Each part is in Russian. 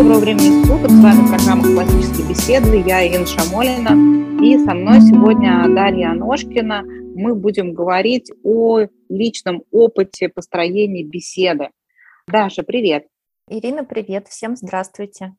доброго времени суток. С вами программа «Классические беседы». Я Ирина Шамолина. И со мной сегодня Дарья Аношкина. Мы будем говорить о личном опыте построения беседы. Даша, привет. Ирина, привет. Всем здравствуйте.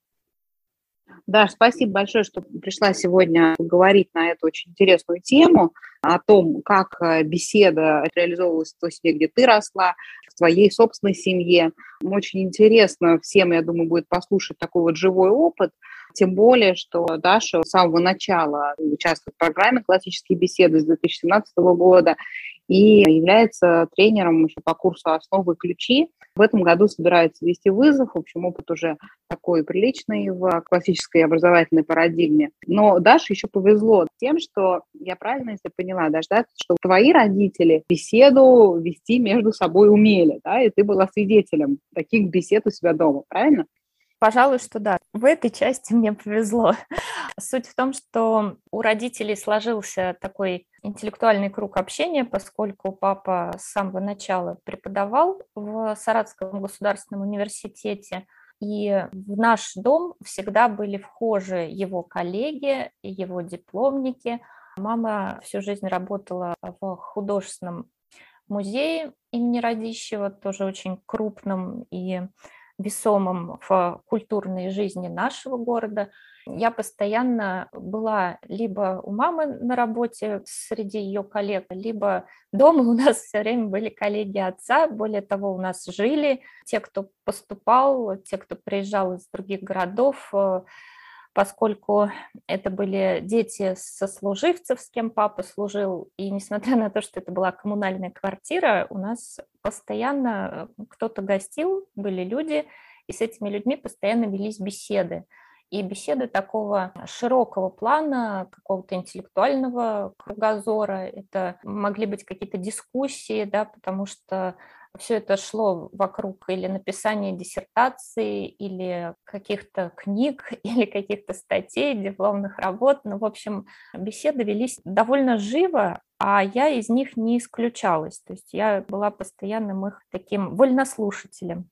Даш, спасибо большое, что пришла сегодня поговорить на эту очень интересную тему, о том, как беседа реализовывалась в той семье, где ты росла, в твоей собственной семье. Очень интересно всем, я думаю, будет послушать такой вот живой опыт, тем более, что Даша с самого начала участвует в программе «Классические беседы» с 2017 года и является тренером еще по курсу «Основы и ключи». В этом году собирается вести вызов. В общем, опыт уже такой приличный в классической образовательной парадигме. Но Даше еще повезло тем, что, я правильно если поняла, Даша, да, что твои родители беседу вести между собой умели, да, и ты была свидетелем таких бесед у себя дома, правильно? Пожалуй, что да. В этой части мне повезло. Суть в том, что у родителей сложился такой интеллектуальный круг общения, поскольку папа с самого начала преподавал в Саратовском государственном университете, и в наш дом всегда были вхожи его коллеги, его дипломники. Мама всю жизнь работала в художественном музее имени Радищева, тоже очень крупном и весомым в культурной жизни нашего города. Я постоянно была либо у мамы на работе среди ее коллег, либо дома у нас все время были коллеги отца. Более того, у нас жили те, кто поступал, те, кто приезжал из других городов, поскольку это были дети сослуживцев, с кем папа служил, и несмотря на то, что это была коммунальная квартира, у нас постоянно кто-то гостил, были люди, и с этими людьми постоянно велись беседы. И беседы такого широкого плана, какого-то интеллектуального кругозора, это могли быть какие-то дискуссии, да, потому что все это шло вокруг или написания диссертаций, или каких-то книг, или каких-то статей, дипломных работ. Ну, в общем, беседы велись довольно живо, а я из них не исключалась. То есть я была постоянным их таким вольнослушателем.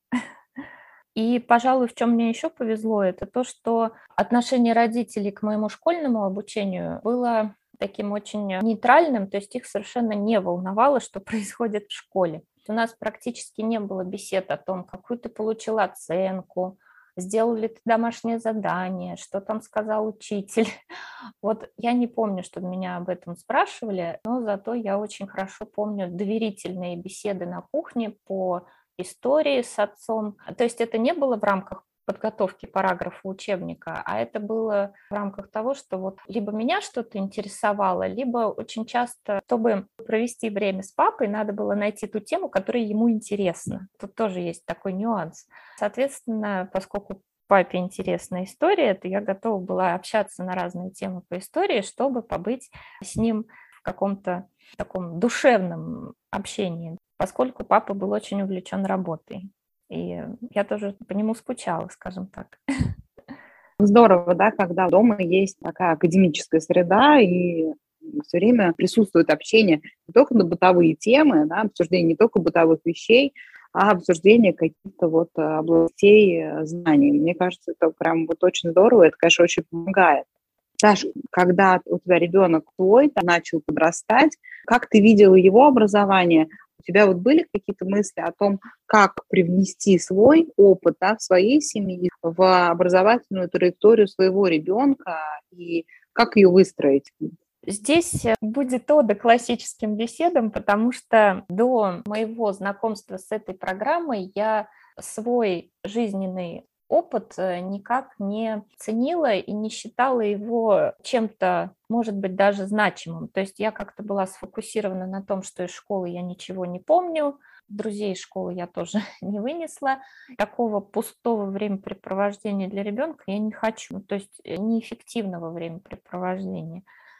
И, пожалуй, в чем мне еще повезло, это то, что отношение родителей к моему школьному обучению было таким очень нейтральным, то есть их совершенно не волновало, что происходит в школе. У нас практически не было бесед о том, какую ты получил оценку, сделал ли ты домашнее задание, что там сказал учитель. Вот я не помню, чтобы меня об этом спрашивали, но зато я очень хорошо помню доверительные беседы на кухне по истории с отцом. То есть это не было в рамках подготовки параграфа учебника, а это было в рамках того, что вот либо меня что-то интересовало, либо очень часто, чтобы провести время с папой, надо было найти ту тему, которая ему интересна. Тут тоже есть такой нюанс. Соответственно, поскольку папе интересна история, то я готова была общаться на разные темы по истории, чтобы побыть с ним в каком-то таком душевном общении, поскольку папа был очень увлечен работой. И я тоже по нему скучала, скажем так. Здорово, да, когда дома есть такая академическая среда, и все время присутствует общение не только на бытовые темы, да, обсуждение не только бытовых вещей, а обсуждение каких-то вот областей знаний. Мне кажется, это прям вот очень здорово, это, конечно, очень помогает. Саш, когда у тебя ребенок твой начал подрастать, как ты видела его образование? У тебя вот были какие-то мысли о том, как привнести свой опыт, да, в своей семье в образовательную траекторию своего ребенка и как ее выстроить? Здесь будет ода классическим беседам, потому что до моего знакомства с этой программой я свой жизненный опыт никак не ценила и не считала его чем-то, может быть, даже значимым. То есть я как-то была сфокусирована на том, что из школы я ничего не помню, друзей из школы я тоже не вынесла. Такого пустого времяпрепровождения для ребенка я не хочу, то есть неэффективного времяпрепровождения.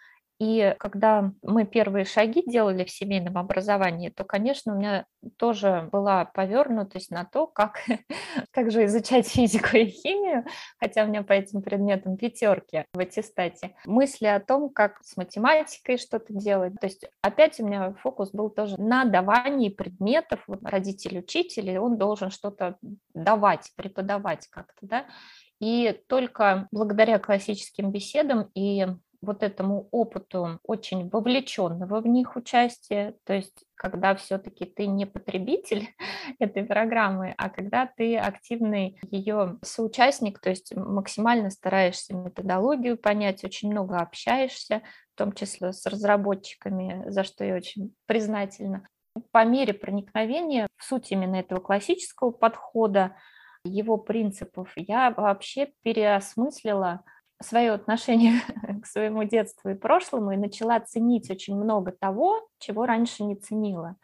И когда мы первые шаги делали в семейном образовании, то, конечно, у меня тоже была повернутость на то, как же изучать физику и химию, хотя у меня по этим предметам 5 в аттестате. Мысли о том, как с математикой что-то делать. То есть опять у меня фокус был тоже на давании предметов. Вот родитель учитель, и он должен что-то давать, преподавать как-то, да. И только благодаря классическим беседам и вот этому опыту очень вовлеченного в них участия, то есть когда все-таки ты не потребитель этой программы, а когда ты активный ее соучастник, то есть максимально стараешься методологию понять, очень много общаешься, в том числе с разработчиками, за что я очень признательна. По мере проникновения в суть именно этого классического подхода, его принципов, я вообще переосмыслила свое отношение к своему детству и прошлому и начала ценить очень много того, чего раньше не ценила.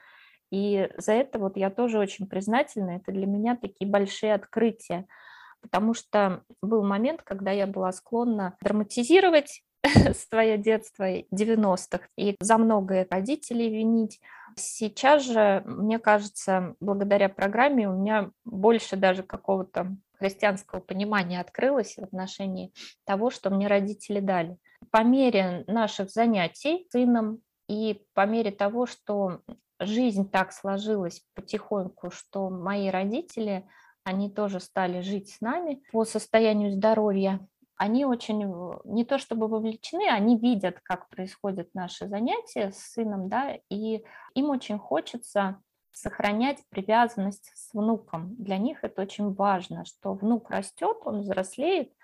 И за это вот я тоже очень признательна. Это для меня такие большие открытия, потому что был момент, когда я была склонна драматизировать свое детство 90-х и за многое родителей винить. Сейчас же, мне кажется, благодаря программе у меня больше даже какого-то христианского понимания открылось в отношении того, что мне родители дали. По мере наших занятий с сыном и по мере того, что жизнь так сложилась потихоньку, что мои родители, они тоже стали жить с нами по состоянию здоровья, они очень не то чтобы вовлечены, они видят, как происходят наши занятия с сыном, да, и им очень хочется сохранять привязанность с внуком. Для них это очень важно, что внук растет, он взрослеет,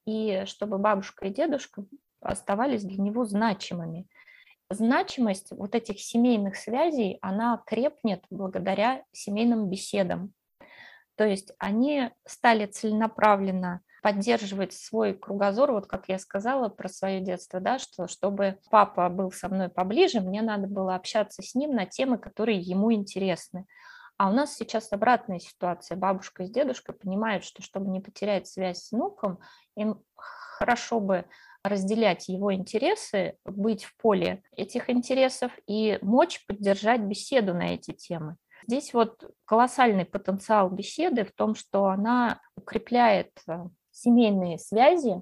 и чтобы бабушка и дедушка оставались для него значимыми. Значимость вот этих семейных связей, она крепнет благодаря семейным беседам. То есть они стали целенаправленно поддерживать свой кругозор, вот как я сказала про свое детство, да, что чтобы папа был со мной поближе, мне надо было общаться с ним на темы, которые ему интересны. А у нас сейчас обратная ситуация. Бабушка с дедушкой понимают, что чтобы не потерять связь с внуком, им хорошо бы разделять его интересы, быть в поле этих интересов и мочь поддержать беседу на эти темы. Здесь вот колоссальный потенциал беседы в том, что она укрепляет семейные связи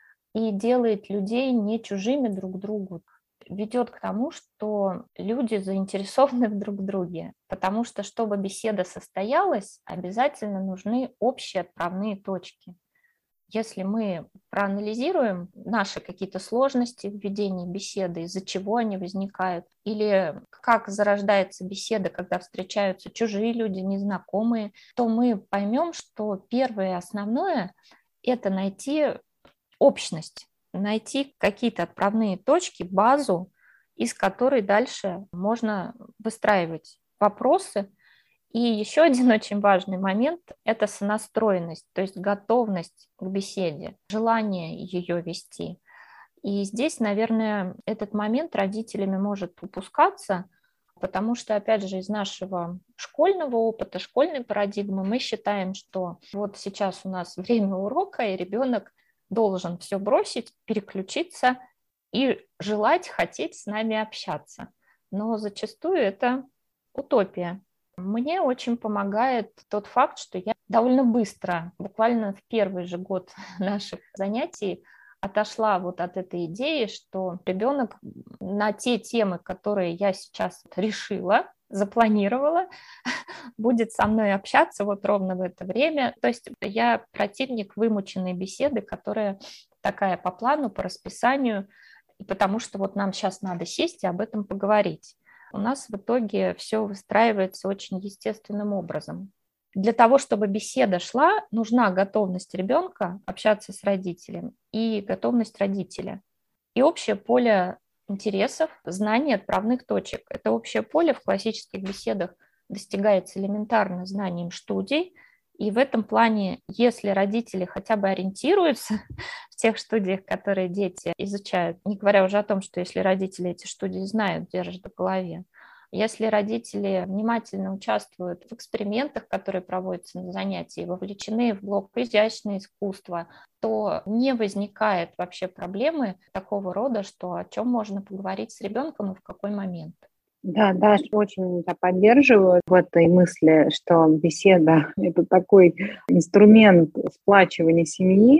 и делает людей не чужими друг другу, ведет к тому, что люди заинтересованы в друг друге, потому что, чтобы беседа состоялась, обязательно нужны общие отправные точки. Если мы проанализируем наши какие-то сложности в ведении беседы, из-за чего они возникают, или как зарождается беседа, когда встречаются чужие люди, незнакомые, то мы поймем, что первое и основное – это найти общность, найти какие-то отправные точки, базу, из которой дальше можно выстраивать вопросы. И еще один очень важный момент – это сонастроенность, то есть готовность к беседе, желание ее вести. И здесь, наверное, этот момент родителями может упускаться, потому что, опять же, из нашего школьного опыта, школьной парадигмы мы считаем, что вот сейчас у нас время урока, и ребенок должен все бросить, переключиться и желать, хотеть с нами общаться. Но зачастую это утопия. Мне очень помогает тот факт, что я довольно быстро, буквально в первый же год наших занятий, отошла вот от этой идеи, что ребенок на те темы, которые я сейчас решила, запланировала, будет со мной общаться вот ровно в это время. То есть я противник вымученной беседы, которая такая по плану, по расписанию, потому что вот нам сейчас надо сесть и об этом поговорить. У нас в итоге все выстраивается очень естественным образом. Для того, чтобы беседа шла, нужна готовность ребенка общаться с родителем и готовность родителя. И общее поле интересов, знаний, отправных точек. Это общее поле в классических беседах достигается элементарно знанием студий. И в этом плане, если родители хотя бы ориентируются в тех студиях, которые дети изучают, не говоря уже о том, что если родители эти студии знают, держат в голове, если родители внимательно участвуют в экспериментах, которые проводятся на занятии, вовлечены в блок изящное искусство, то не возникает вообще проблемы такого рода, что о чем можно поговорить с ребенком и в какой момент. Да, Даш, очень тебя поддерживаю в этой мысли, что беседа – это такой инструмент сплачивания семьи.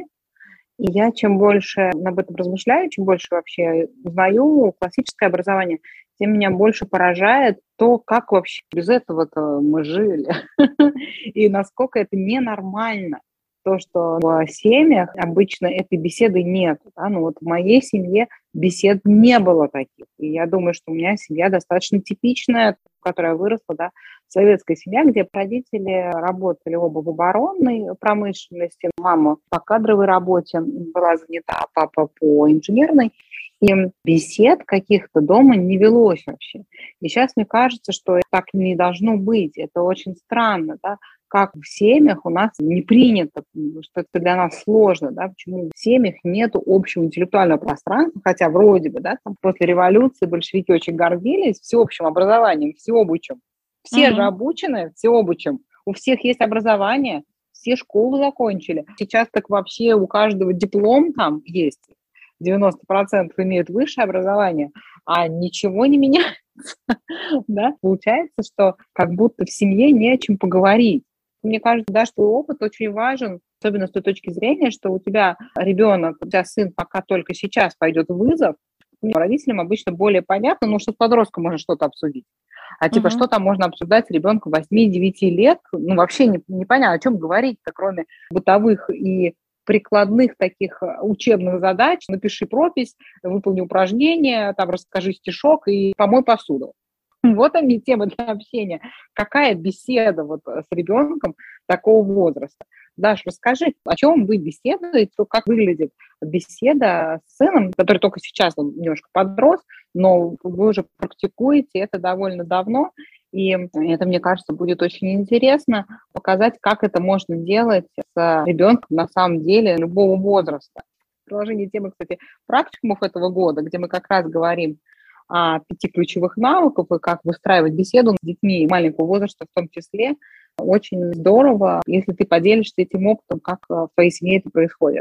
И я чем больше об этом размышляю, чем больше вообще узнаю классическое образование, тем меня больше поражает то, как вообще без этого-то мы жили, и насколько это ненормально. то, что в семьях обычно этой беседы нет. Да? Ну вот в моей семье бесед не было таких. И я думаю, что у меня семья достаточно типичная, которая выросла, да, советская семья, где родители работали оба в оборонной промышленности, мама по кадровой работе была занята, а папа по инженерной. И бесед каких-то дома не велось вообще. И сейчас мне кажется, что так не должно быть. Это очень странно, да? Как в семьях у нас не принято, что это для нас сложно, да? Почему в семьях нет общего интеллектуального пространства, хотя вроде бы, да, там после революции большевики очень гордились всеобщим образованием, всеобучим. Все же обучены всеобучим, у всех есть образование, все школу закончили. Сейчас так вообще у каждого диплом там есть. 90% имеют высшее образование, а ничего не меняется. Да? Получается, что как будто в семье не о чем поговорить. Мне кажется, да, что опыт очень важен, особенно с той точки зрения, что у тебя ребенок, у тебя сын пока только сейчас пойдет в вызов, родителям обычно более понятно, ну что с подростком можно что-то обсудить. А типа что там можно обсуждать с ребенком 8-9 лет, ну вообще непонятно, о чем говорить-то, кроме бытовых и прикладных таких учебных задач. Напиши пропись, выполни упражнение, там расскажи стишок и помой посуду. Вот они темы для общения. Какая беседа вот с ребенком такого возраста? Даш, расскажи, о чем вы беседуете, как выглядит беседа с сыном, который только сейчас он немножко подрос, но вы уже практикуете это довольно давно, и это, мне кажется, будет очень интересно показать, как это можно делать с ребенком на самом деле любого возраста. Продолжение темы, кстати, практикумов этого года, где мы как раз говорим о 5 ключевых навыках и как выстраивать беседу с детьми маленького возраста в том числе. Очень здорово, если ты поделишься этим опытом, как в твоей семье это происходит.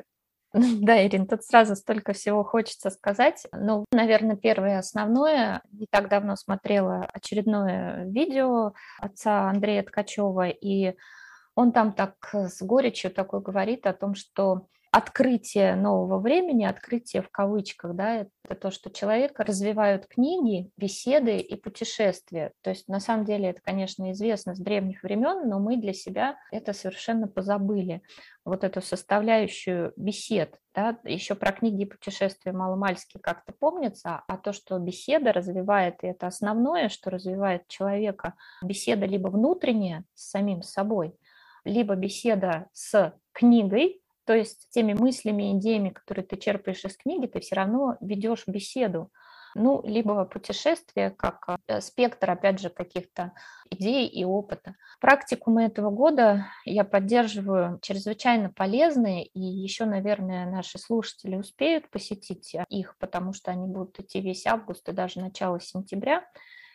Да, Ирин, тут сразу столько всего хочется сказать. Ну, наверное, первое основное. Не так давно смотрела очередное видео отца Андрея Ткачева, и он там так с горечью такой говорит о том, что открытие нового времени, открытие в кавычках, да, это то, что человека развивают книги, беседы и путешествия. То есть на самом деле это, конечно, известно с древних времен, но мы для себя это совершенно позабыли. Вот эту составляющую бесед, да, еще про книги и путешествия маломальски как-то помнится, а то, что беседа развивает, и это основное, что развивает человека, беседа либо внутренняя с самим собой, либо беседа с книгой, то есть теми мыслями, идеями, которые ты черпаешь из книги, ты все равно ведешь беседу. Ну, либо путешествие, как спектр, опять же, каких-то идей и опыта. Практикумы этого года я поддерживаю чрезвычайно полезные, и еще, наверное, наши слушатели успеют посетить их, потому что они будут идти весь август и даже начало сентября.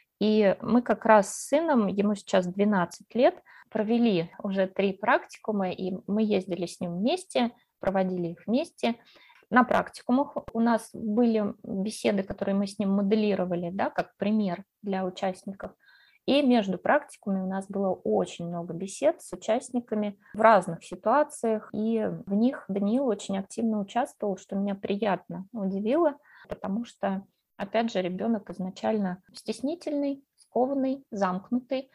И мы как раз с сыном, ему сейчас 12 лет, провели уже 3 практикума, и мы ездили с ним вместе, проводили их вместе. На практикумах у нас были беседы, которые мы с ним моделировали, да, как пример для участников. И между практикумами у нас было очень много бесед с участниками в разных ситуациях, и в них Даниил очень активно участвовал, что меня приятно удивило, потому что, опять же, ребенок изначально стеснительный, скованный, замкнутый,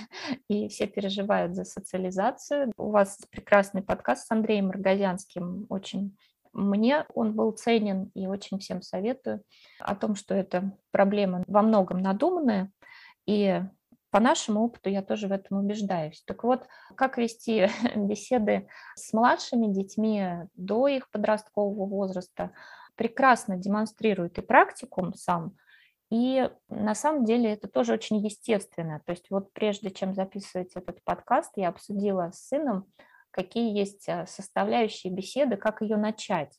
и все переживают за социализацию. У вас прекрасный подкаст с Андреем Маргазянским, очень мне он был ценен, и очень всем советую о том, что эта проблема во многом надуманная, и по нашему опыту я тоже в этом убеждаюсь. Так вот, как вести беседы с младшими детьми до их подросткового возраста, прекрасно демонстрирует и практикум сам, и на самом деле это тоже очень естественно. То есть вот прежде чем записывать этот подкаст, я обсудила с сыном, какие есть составляющие беседы, как ее начать.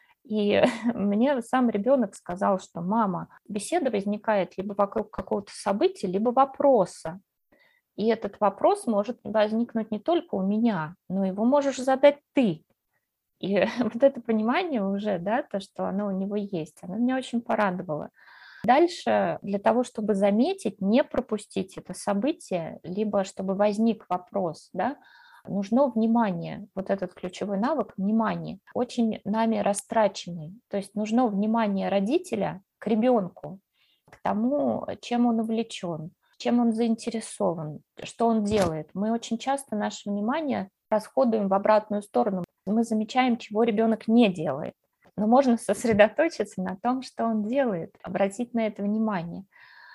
И мне сам ребенок сказал, что мама, беседа возникает либо вокруг какого-то события, либо вопроса. И этот вопрос может возникнуть не только у меня, но его можешь задать ты. И вот это понимание уже, да, то, что оно у него есть, оно меня очень порадовало. Дальше для того, чтобы заметить, не пропустить это событие, либо чтобы возник вопрос, да, нужно внимание, вот этот ключевой навык, внимание, очень нами растраченный. То есть нужно внимание родителя к ребенку, к тому, чем он увлечен, чем он заинтересован, что он делает. Мы очень часто наше внимание расходуем в обратную сторону. Мы замечаем, чего ребенок не делает. Но можно сосредоточиться на том, что он делает, обратить на это внимание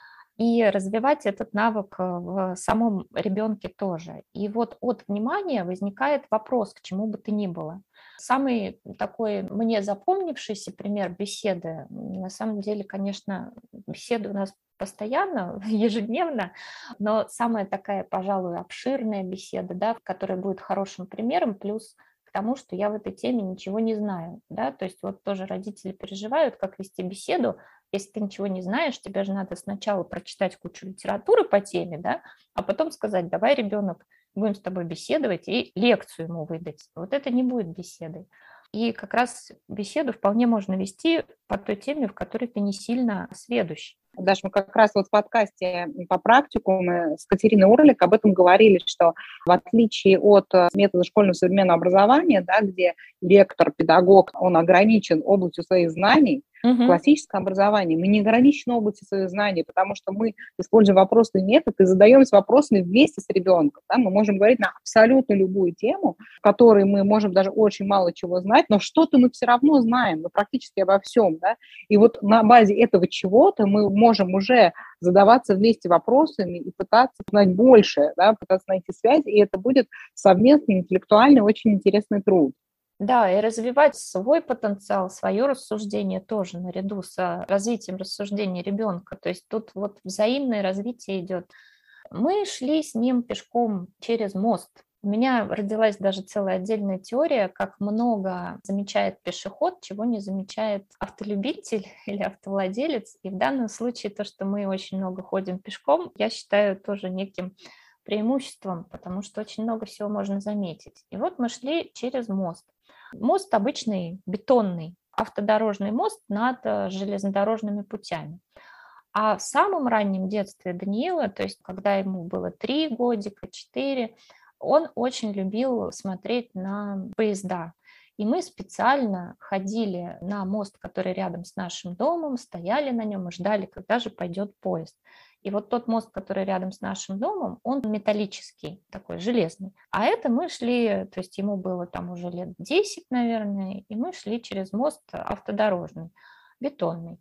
и развивать этот навык в самом ребенке тоже. И вот от внимания возникает вопрос к чему бы то ни было. Самый такой мне запомнившийся пример беседы, на самом деле, конечно, беседы у нас постоянно, ежедневно, но самая такая, пожалуй, обширная беседа, да, которая будет хорошим примером, плюс к тому, что я в этой теме ничего не знаю, да, то есть вот тоже родители переживают, как вести беседу, если ты ничего не знаешь, тебе же надо сначала прочитать кучу литературы по теме, да, а потом сказать, давай, ребенок, будем с тобой беседовать и лекцию ему выдать. Вот это не будет беседой. И как раз беседу вполне можно вести по той теме, в которой ты не сильно сведущ. Даже мы как раз вот в подкасте по практику мы с Катериной Орлик об этом говорили, что в отличие от метода школьного современного образования, да, где лектор, педагог, он ограничен областью своих знаний, в классическом образовании мы не ограничены областью своих знаний, потому что мы используем вопросный метод и задаемся вопросами вместе с ребенком. Да? Мы можем говорить на абсолютно любую тему, в которой мы можем даже очень мало чего знать, но что-то мы все равно знаем, но практически обо всем. Да? И вот на базе этого чего-то мы можем уже задаваться вместе вопросами и пытаться знать больше, да? Пытаться найти связь, и это будет совместный, интеллектуальный, очень интересный труд. Да, и развивать свой потенциал, свое рассуждение тоже наряду с развитием рассуждения ребенка. То есть тут вот взаимное развитие идет. Мы шли с ним пешком через мост. У меня родилась даже целая отдельная теория, как много замечает пешеход, чего не замечает автолюбитель или автовладелец. И в данном случае то, что мы очень много ходим пешком, я считаю тоже неким преимуществом, потому что очень много всего можно заметить. И вот мы шли через мост. Мост обычный, бетонный, автодорожный мост над железнодорожными путями. А в самом раннем детстве Даниила, то есть когда ему было 3 годика, 4, он очень любил смотреть на поезда. И мы специально ходили на мост, который рядом с нашим домом, стояли на нем и ждали, когда же пойдет поезд. И вот тот мост, который рядом с нашим домом, он металлический, такой железный. А это мы шли, то есть ему было там уже лет 10, наверное, и мы шли через мост автодорожный, бетонный.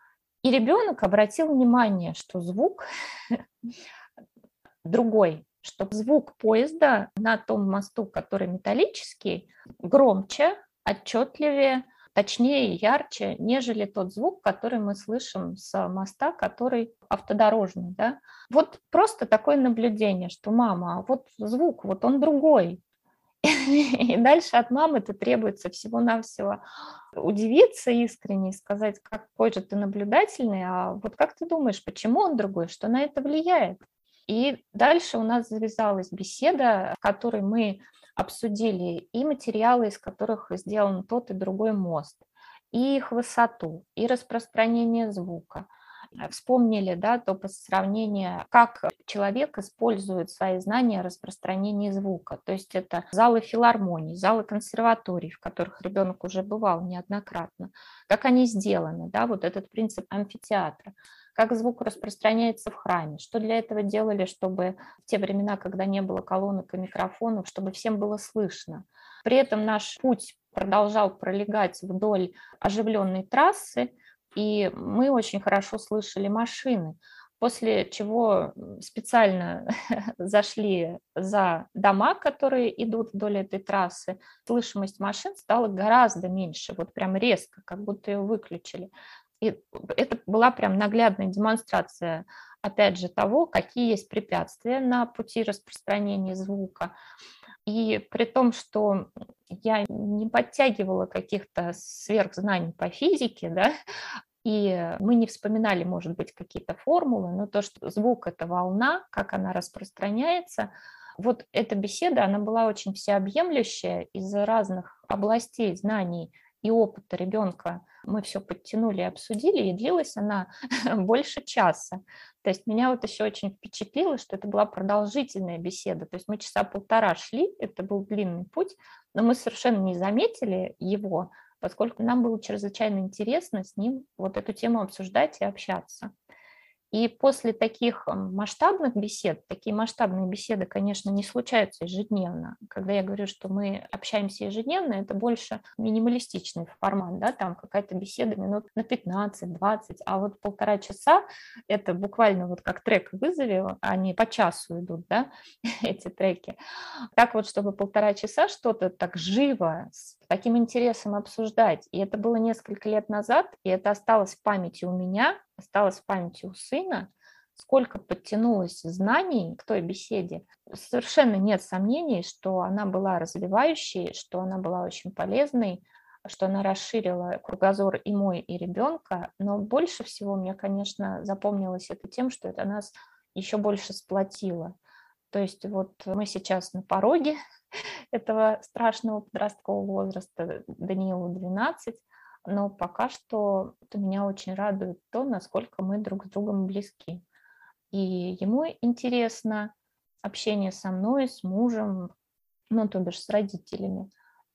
И ребенок обратил внимание, что звук другой, что звук поезда на том мосту, который металлический, громче, отчетливее, точнее, ярче, нежели тот звук, который мы слышим с моста, который автодорожный. Да? Вот просто такое наблюдение, что мама, вот звук, вот он другой. И дальше от мамы-то требуется всего-навсего удивиться искренне и сказать, какой же ты наблюдательный, а вот как ты думаешь, почему он другой, что на это влияет? И дальше у нас завязалась беседа, в которой мы обсудили и материалы, из которых сделан тот и другой мост, и их высоту, и распространение звука. Вспомнили, да, то сравнение, как человек использует свои знания о распространении звука. То есть это залы филармоний, залы консерваторий, в которых ребенок уже бывал неоднократно. Как они сделаны, да, вот этот принцип амфитеатра. Как звук распространяется в храме, что для этого делали, чтобы в те времена, когда не было колонок и микрофонов, чтобы всем было слышно. При этом наш путь продолжал пролегать вдоль оживленной трассы, и мы очень хорошо слышали машины, после чего специально зашли за дома, которые идут вдоль этой трассы. Слышимость машин стала гораздо меньше, вот прям резко, как будто ее выключили. И это была прям наглядная демонстрация, опять же, того, какие есть препятствия на пути распространения звука. И при том, что я не подтягивала каких-то сверхзнаний по физике, да, и мы не вспоминали, может быть, какие-то формулы, но то, что звук – это волна, как она распространяется, вот эта беседа, она была очень всеобъемлющая из разных областей знаний и опыта ребенка. Мы все подтянули и обсудили, и длилась она больше часа. То есть меня вот еще очень впечатлило, что это была продолжительная беседа. То есть мы часа полтора шли, это был длинный путь, но мы совершенно не заметили его, поскольку нам было чрезвычайно интересно с ним вот эту тему обсуждать и общаться. И после таких масштабных бесед, такие масштабные беседы, конечно, не случаются ежедневно. Когда я говорю, что мы общаемся ежедневно, это больше минималистичный формат, да, там какая-то беседа минут на 15-20, а вот 1,5 часа – это буквально вот как трек в вызове, они по часу идут, да, эти треки. Так вот, чтобы 1,5 часа что-то так живо, с таким интересом обсуждать. И это было несколько лет назад, и это осталось в памяти у меня, осталось в памяти у сына, сколько подтянулось знаний к той беседе. Совершенно нет сомнений, что она была развивающей, что она была очень полезной, что она расширила кругозор и мой, и ребенка. Но больше всего мне, конечно, запомнилось это тем, что это нас еще больше сплотило. То есть вот мы сейчас на пороге этого страшного подросткового возраста, Даниилу 12, но пока что меня очень радует то, насколько мы друг с другом близки. И ему интересно общение со мной, с мужем, ну, то бишь с родителями.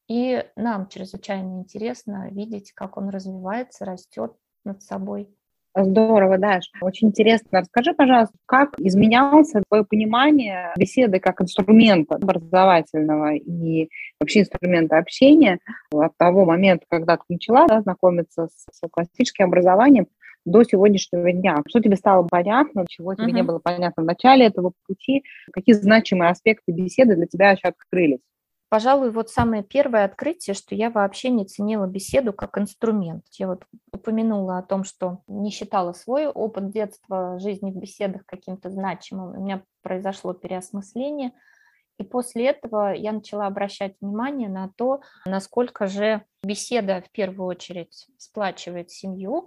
И нам чрезвычайно интересно видеть, как он развивается, растет над собой. Здорово, Даш. Очень интересно. Расскажи, пожалуйста, как изменялось твое понимание беседы как инструмента образовательного и вообще инструмента общения от того момента, когда ты начала, да, знакомиться с классическим образованием до сегодняшнего дня? Что тебе стало понятно, чего тебе не было понятно в начале этого пути? Какие значимые аспекты беседы для тебя еще открылись? Пожалуй, вот самое первое открытие, что я вообще не ценила беседу как инструмент. Я вот упомянула о том, что не считала свой опыт детства, жизни в беседах каким-то значимым. У меня произошло переосмысление. И после этого я начала обращать внимание на то, насколько же беседа в первую очередь сплачивает семью.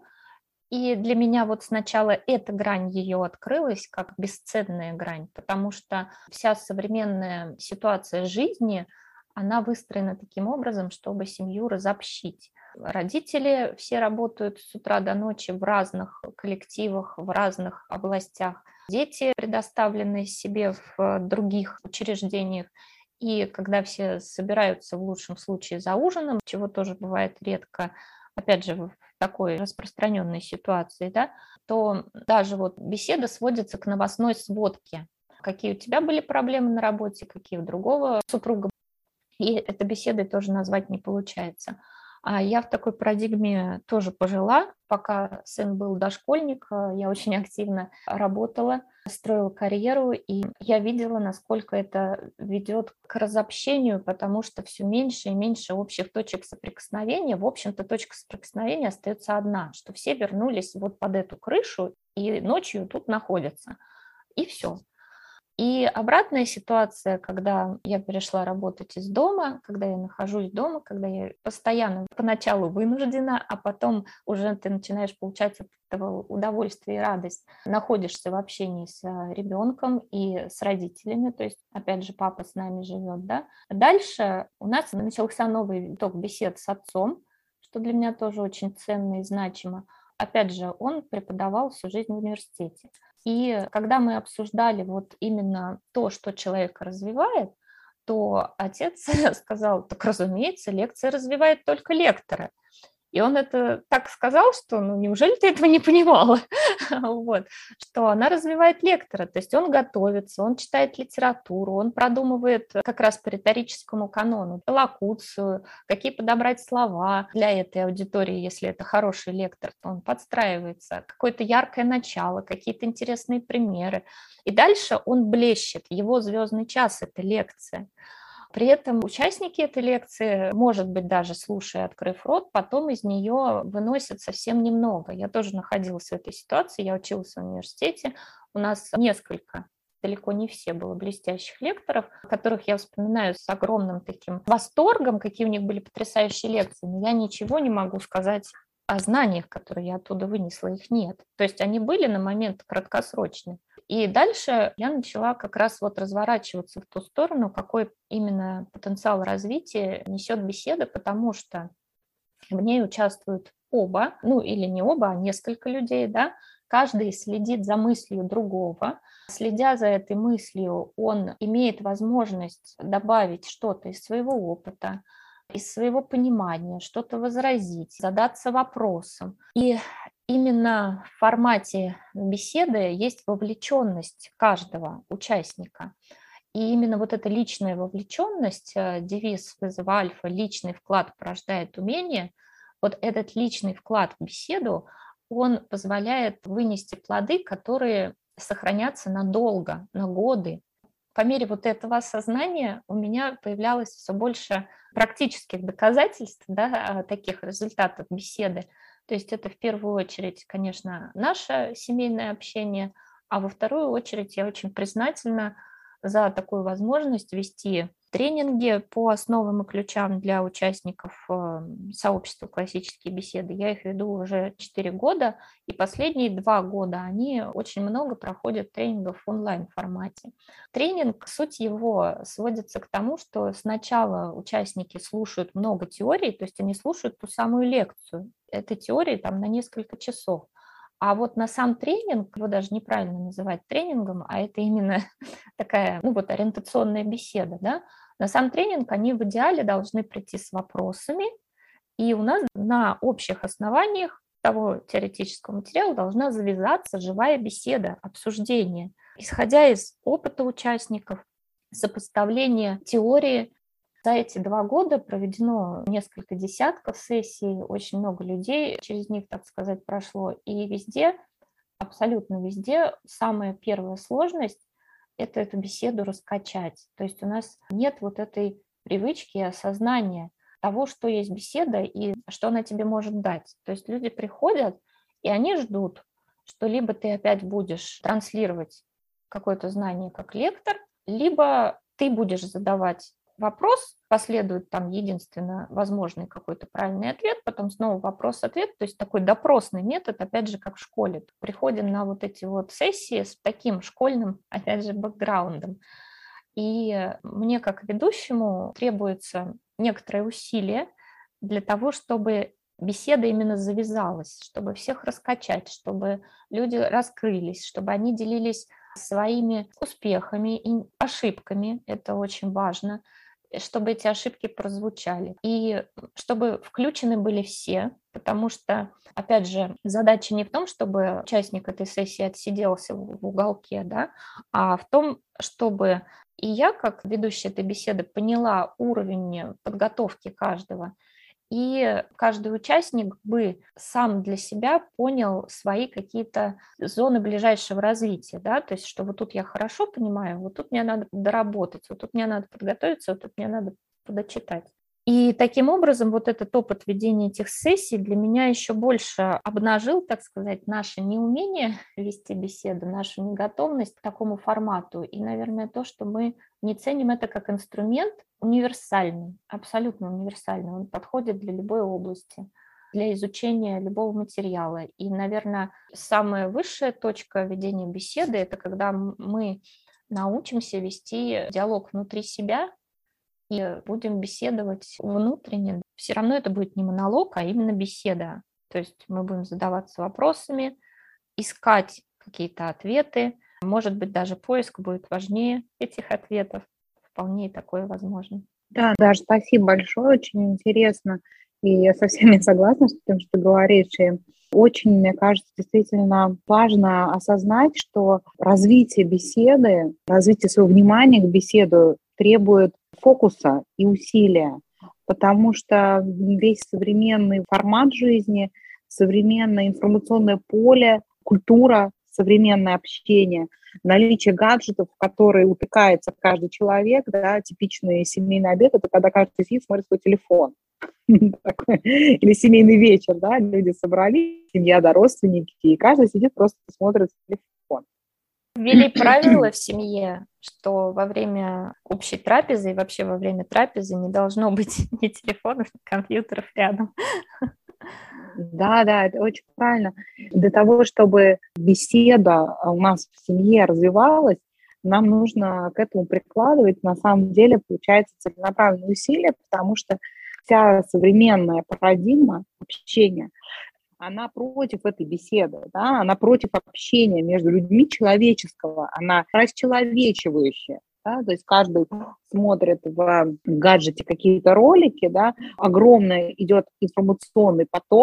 И для меня вот сначала эта грань ее открылась как бесценная грань, потому что вся современная ситуация жизни, она выстроена таким образом, чтобы семью разобщить. Родители все работают с утра до ночи в разных коллективах, в разных областях. Дети предоставлены себе в других учреждениях. И когда все собираются в лучшем случае за ужином, чего тоже бывает редко, опять же, в такой распространенной ситуации, да, то даже вот беседа сводится к новостной сводке. Какие у тебя были проблемы на работе, какие у другого супруга. И это беседой тоже назвать не получается. А я в такой парадигме тоже пожила, пока сын был дошкольник, я очень активно работала, строила карьеру, и я видела, насколько это ведет к разобщению, потому что все меньше и меньше общих точек соприкосновения. В общем-то, точка соприкосновения остается одна, что все вернулись вот под эту крышу и ночью тут находятся. И все. И обратная ситуация, когда я перешла работать из дома, когда я нахожусь дома, когда я постоянно поначалу вынуждена, а потом уже ты начинаешь получать от этого удовольствие и радость, находишься в общении с ребенком и с родителями, то есть, опять же, папа с нами живет, да. Дальше у нас начался новый виток бесед с отцом, что для меня тоже очень ценно и значимо. Опять же, он преподавал всю жизнь в университете. И когда мы обсуждали вот именно то, что человека развивает, то отец сказал: так, разумеется, лекция развивает только лектора. И он это так сказал, что, ну, неужели ты этого не понимала? Вот. Что она развивает лектора, то есть он готовится, он читает литературу, он продумывает как раз по риторическому канону локуцию, какие подобрать слова для этой аудитории, если это хороший лектор, то он подстраивается, какое-то яркое начало, какие-то интересные примеры. И дальше он блещет, его звездный час – это лекция. При этом участники этой лекции, может быть, даже слушая, открыв рот, потом из нее выносят совсем немного. Я тоже находилась в этой ситуации, я училась в университете, у нас несколько, далеко не все было блестящих лекторов, которых я вспоминаю с огромным таким восторгом, какие у них были потрясающие лекции, но я ничего не могу сказать о знаниях, которые я оттуда вынесла, их нет. То есть они были на момент краткосрочные. И дальше я начала как раз вот разворачиваться в ту сторону, какой именно потенциал развития несет беседа, потому что в ней участвуют оба, ну или не оба, а несколько людей, да, каждый следит за мыслью другого, следя за этой мыслью, он имеет возможность добавить что-то из своего опыта, из своего понимания, что-то возразить, задаться вопросом. И именно в формате беседы есть вовлеченность каждого участника. И именно вот эта личная вовлеченность, девиз вызова альфа «Личный вклад порождает умение», вот этот личный вклад в беседу, он позволяет вынести плоды, которые сохранятся надолго, на годы. По мере вот этого осознания у меня появлялось все больше практических доказательств, да, таких результатов беседы. То есть это в первую очередь, конечно, наше семейное общение, а во вторую очередь я очень признательна за такую возможность вести тренинги по основам и ключам для участников сообщества «Классические беседы». Я их веду уже 4 года, и последние 2 года они очень много проходят тренингов в онлайн-формате. Тренинг, суть его сводится к тому, что сначала участники слушают много теорий, то есть они слушают ту самую лекцию. Это теории там на несколько часов. А вот на сам тренинг, его даже неправильно называть тренингом, а это именно такая, ну вот, ориентационная беседа, да. На сам тренинг они в идеале должны прийти с вопросами, и у нас на общих основаниях того теоретического материала должна завязаться живая беседа, обсуждение, исходя из опыта участников, сопоставления теории. За эти 2 года проведено несколько десятков сессий, очень много людей через них, так сказать, прошло. И везде, абсолютно везде, самая первая сложность– это эту беседу раскачать. То есть у нас нет вот этой привычки и осознания того, что есть беседа и что она тебе может дать. То есть люди приходят, и они ждут, что либо ты опять будешь транслировать какое-то знание как лектор, либо ты будешь задавать вопрос, последует там единственно возможный какой-то правильный ответ, потом снова вопрос-ответ, то есть такой допросный метод, опять же, как в школе. Приходим на вот эти вот сессии с таким школьным, опять же, бэкграундом. И мне как ведущему требуется некоторое усилие для того, чтобы беседа именно завязалась, чтобы всех раскачать, чтобы люди раскрылись, чтобы они делились своими успехами и ошибками, это очень важно, чтобы эти ошибки прозвучали. И чтобы включены были все, потому что, опять же, задача не в том, чтобы участник этой сессии отсиделся в уголке, да, а в том, чтобы и я, как ведущая этой беседы, поняла уровень подготовки каждого, и каждый участник бы сам для себя понял свои какие-то зоны ближайшего развития, да, то есть что вот тут я хорошо понимаю, вот тут мне надо доработать, вот тут мне надо подготовиться, вот тут мне надо подочитать. И таким образом вот этот опыт ведения этих сессий для меня еще больше обнажил, так сказать, наше неумение вести беседу, нашу неготовность к такому формату и, наверное, то, что мы не ценим это как инструмент универсальный, абсолютно универсальный. Он подходит для любой области, для изучения любого материала. И, наверное, самая высшая точка ведения беседы – это когда мы научимся вести диалог внутри себя, и будем беседовать внутренне. Все равно это будет не монолог, а именно беседа. То есть мы будем задаваться вопросами, искать какие-то ответы. Может быть, даже поиск будет важнее этих ответов. Вполне и такое возможно. Да, Даша, спасибо большое, очень интересно. И я совсем не согласна с тем, что ты говоришь. И очень, мне кажется, действительно важно осознать, что развитие беседы, развитие своего внимания к беседу требует фокуса и усилия, потому что весь современный формат жизни, современное информационное поле, культура, современное общение, наличие гаджетов, в которые утыкается каждый человек, да, типичный семейный обед, это когда каждый сидит, смотрит свой телефон. Или семейный вечер, да, люди собрались, семья, да, родственники, и каждый сидит, просто смотрит телефон. Ввели правило в семье, что во время общей трапезы и вообще во время трапезы не должно быть ни телефонов, ни компьютеров рядом. Да, это очень правильно. Для того, чтобы беседа у нас в семье развивалась, нам нужно к этому прикладывать, на самом деле, получается, целенаправленные усилия, потому что вся современная парадигма общения, она против этой беседы, да? Она против общения между людьми человеческого, она расчеловечивающая. Да? То есть каждый смотрит в гаджете какие-то ролики, да? Огромный идет информационный поток,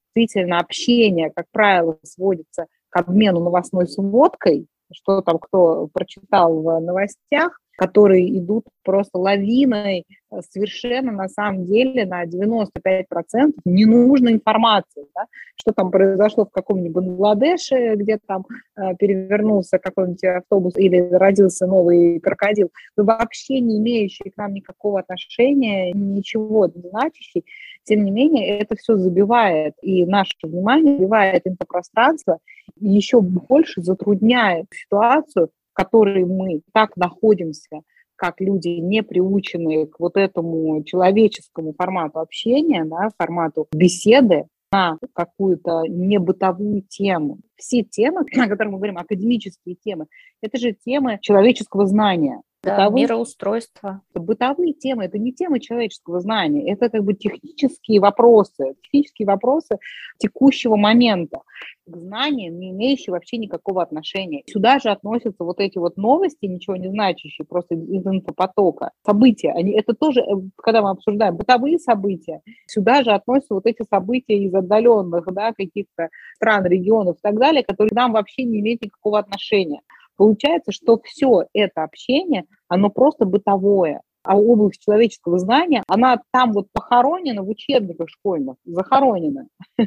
действительно общение, как правило, сводится к обмену новостной сводкой, что там кто прочитал в новостях, которые идут просто лавиной, совершенно на самом деле на 95% ненужной информации, да? Что там произошло в каком-нибудь Бангладеше, где там перевернулся какой-нибудь автобус или родился новый крокодил, вообще не имеющий к нам никакого отношения, ничего не значащий. Тем не менее, это все забивает, и наше внимание забивает инфопространство, и еще больше затрудняет ситуацию, в которой мы так находимся, как люди, не приученные к вот этому человеческому формату общения, да, формату беседы на какую-то небытовую тему. Все темы, о которых мы говорим, академические темы, это же темы человеческого знания. Да, мироустройство. Бытовые темы – это не темы человеческого знания, это как бы технические вопросы текущего момента, к знаниям, не имеющие вообще никакого отношения. Сюда же относятся вот эти вот новости, ничего не значащие, просто из инфопотока. События, это тоже, когда мы обсуждаем бытовые события, сюда же относятся вот эти события из отдаленных, да, каких-то стран, регионов и так далее, которые нам вообще не имеют никакого отношения. Получается, что все это общение, оно просто бытовое, а область человеческого знания, она там вот похоронена в учебниках школьных, захоронена.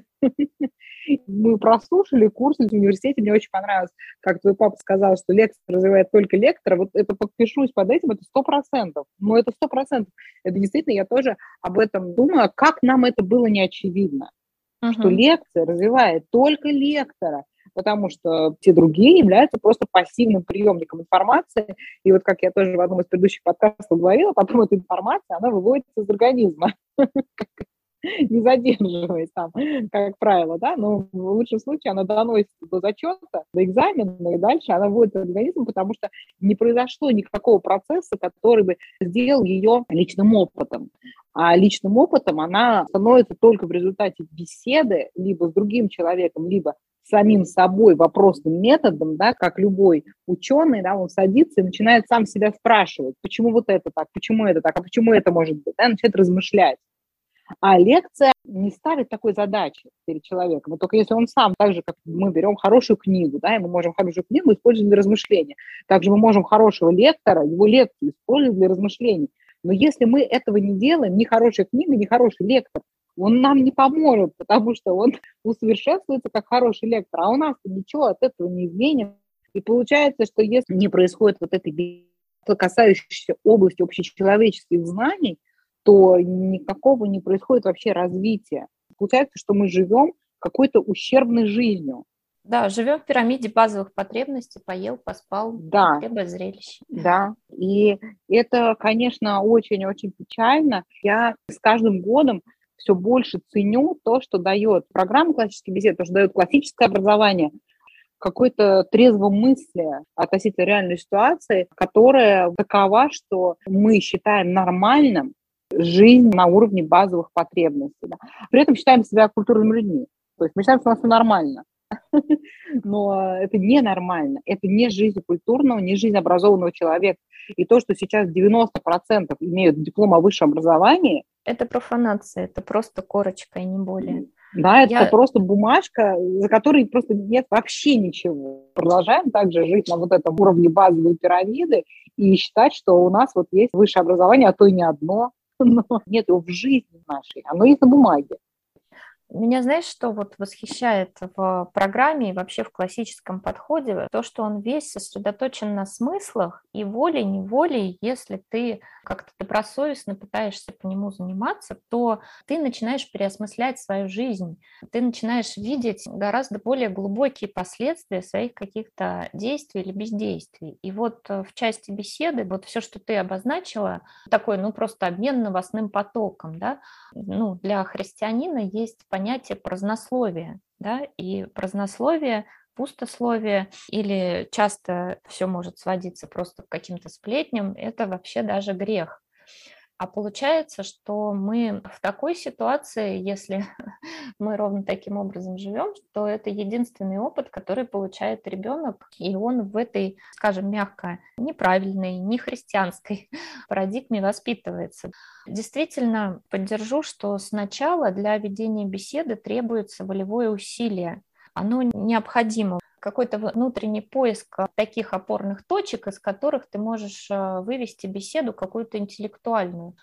Мы прослушали курсы в университете, мне очень понравилось, как твой папа сказал, что лектор развивает только лектора, вот это подпишусь под этим, это 100%, но это 100%, это действительно, я тоже об этом думаю, как нам это было не очевидно, что лекция развивает только лектора, потому что все другие являются просто пассивным приемником информации. И вот как я тоже в одном из предыдущих подкастов говорила, потом эта информация, она выводится из организма, не задерживаясь там, как правило, да, но в лучшем случае она доносится до зачета, до экзамена, и дальше она выводится из организма, потому что не произошло никакого процесса, который бы сделал ее личным опытом. А личным опытом она становится только в результате беседы либо с другим человеком, либо самим собой вопросным методом, да, как любой ученый, да, он садится и начинает сам себя спрашивать, почему вот это так, а почему это может быть, да, начинает размышлять. А лекция не ставит такой задачи перед человеком, но только если он сам, так же, как мы берем хорошую книгу, да, и мы можем хорошую книгу использовать для размышления, также мы можем хорошего лектора, его лекцию использовать для размышлений. Но если мы этого не делаем, ни хорошая книга, ни хороший лектор, он нам не поможет, потому что он усовершенствуется как хороший лектор, а у нас ничего от этого не изменится. И получается, что если не происходит вот этой касающейся области общечеловеческих знаний, то никакого не происходит вообще развития. Получается, что мы живем какой-то ущербной жизнью. Да, живем в пирамиде базовых потребностей, поел, поспал, да, хлеба, зрелище. Да, и это, конечно, очень-очень печально. Я с каждым годом все больше ценю то, что дает программа классической беседы, то, что дает классическое образование, какой-то трезвомыслие относительно реальной ситуации, которая такова, что мы считаем нормальным жизнь на уровне базовых потребностей. Да. При этом считаем себя культурными людьми. То есть мы считаем, что у нас все нормально. Но это ненормально. Это не жизнь культурного, не жизнь образованного человека. И то, что сейчас 90% имеют диплом о высшем образовании, это профанация, это просто корочка и не более. Да, это просто бумажка, за которой просто нет вообще ничего. Продолжаем также жить на вот этом уровне базовой пирамиды и считать, что у нас вот есть высшее образование, а то и не одно. Но нет его в жизни нашей, оно есть на бумаге. Меня, знаешь, что вот восхищает в программе и вообще в классическом подходе? То, что он весь сосредоточен на смыслах, и волей-неволей, если ты как-то добросовестно пытаешься по нему заниматься, то ты начинаешь переосмыслять свою жизнь, ты начинаешь видеть гораздо более глубокие последствия своих каких-то действий или бездействий. И вот в части беседы, вот все, что ты обозначила, такой, просто обмен новостным потоком, да, для христианина есть понятие празднословия, да, и празднословие, пустословие или часто все может сводиться просто к каким-то сплетням, это вообще даже грех. А получается, что мы в такой ситуации, если мы ровно таким образом живем, то это единственный опыт, который получает ребенок, и он в этой, скажем, мягко, неправильной, не христианской парадигме воспитывается. Действительно, поддержу, что сначала для ведения беседы требуется волевое усилие. Оно необходимо. Какой-то внутренний поиск таких опорных точек, из которых ты можешь вывести беседу какую-то интеллектуальную.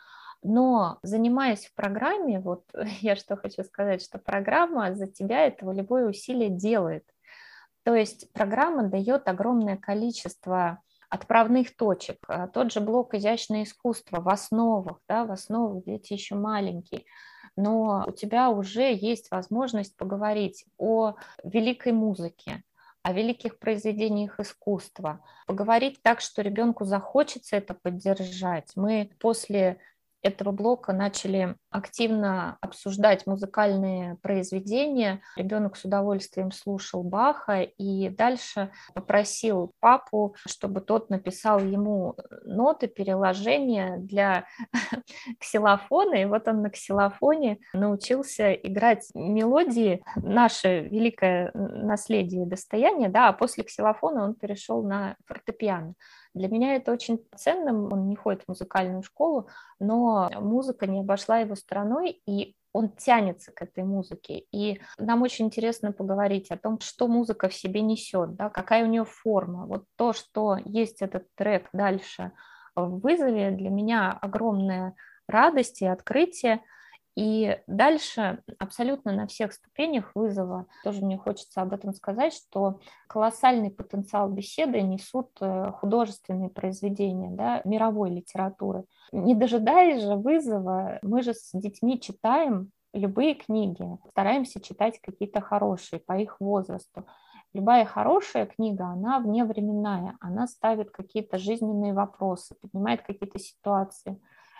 Но занимаясь в программе, вот я что хочу сказать, что программа за тебя это волевое усилие делает. То есть программа дает огромное количество отправных точек. Тот же блок изящное искусство в основах, да, в основах дети еще маленькие, но у тебя уже есть возможность поговорить о великой музыке, о великих произведениях искусства, поговорить так, что ребенку захочется это поддержать. Мы после этого блока начали активно обсуждать музыкальные произведения. Ребенок с удовольствием слушал Баха и дальше попросил папу, чтобы тот написал ему ноты, переложения для ксилофона. И вот он на ксилофоне научился играть мелодии, наше великое наследие и достояние, да, а после ксилофона он перешел на фортепиано. Для меня это очень ценно, он не ходит в музыкальную школу, но музыка не обошла его стороной, и он тянется к этой музыке. И нам очень интересно поговорить о том, что музыка в себе несет, да, какая у нее форма. Вот то, что есть этот трек дальше в вызове, для меня огромная радость и открытие. И дальше абсолютно на всех ступенях вызова, тоже мне хочется об этом сказать, что колоссальный потенциал беседы несут художественные произведения, да, мировой литературы. Не дожидаясь же вызова, мы же с детьми читаем любые книги, стараемся читать какие-то хорошие по их возрасту. Любая хорошая книга, она вневременная, она ставит какие-то жизненные вопросы, поднимает какие-то ситуации.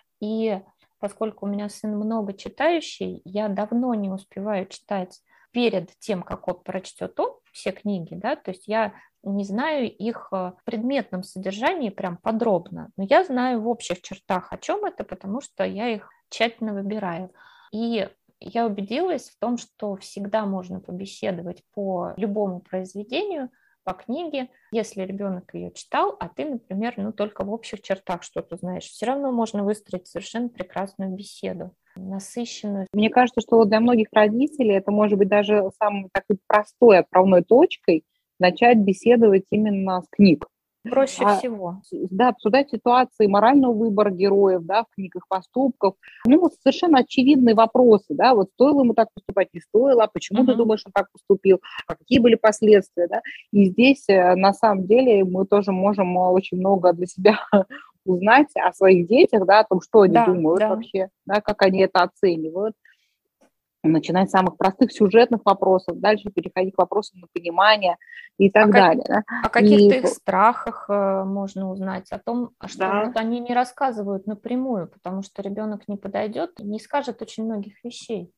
И поскольку у меня сын много читающий, я давно не успеваю читать перед тем, как он прочтет все книги, да, то есть я не знаю их в предметном содержании прям подробно, но я знаю в общих чертах, о чем это, потому что я их тщательно выбираю. И я убедилась в том, что всегда можно побеседовать по любому произведению, по книге, если ребенок ее читал, а ты, например, только в общих чертах что-то знаешь, все равно можно выстроить совершенно прекрасную беседу, насыщенную. Мне кажется, что вот для многих родителей это может быть даже самой такой простой отправной точкой начать беседовать именно с книг. Проще всего. Да, обсуждать ситуации морального выбора героев, да, в книгах, поступков. Вот совершенно очевидные вопросы, да, вот стоило ему так поступать, не стоило, а почему ты думаешь, он так поступил, а какие были последствия, да. И здесь, на самом деле, мы тоже можем очень много для себя узнать о своих детях, да, о том, что они думают вообще, да, как они это оценивают. Начинать с самых простых сюжетных вопросов, дальше переходить к вопросам на понимание и так далее. Да? О каких-то их страхах можно узнать, о том, что вот они не рассказывают напрямую, потому что ребенок не подойдет и не скажет очень многих вещей.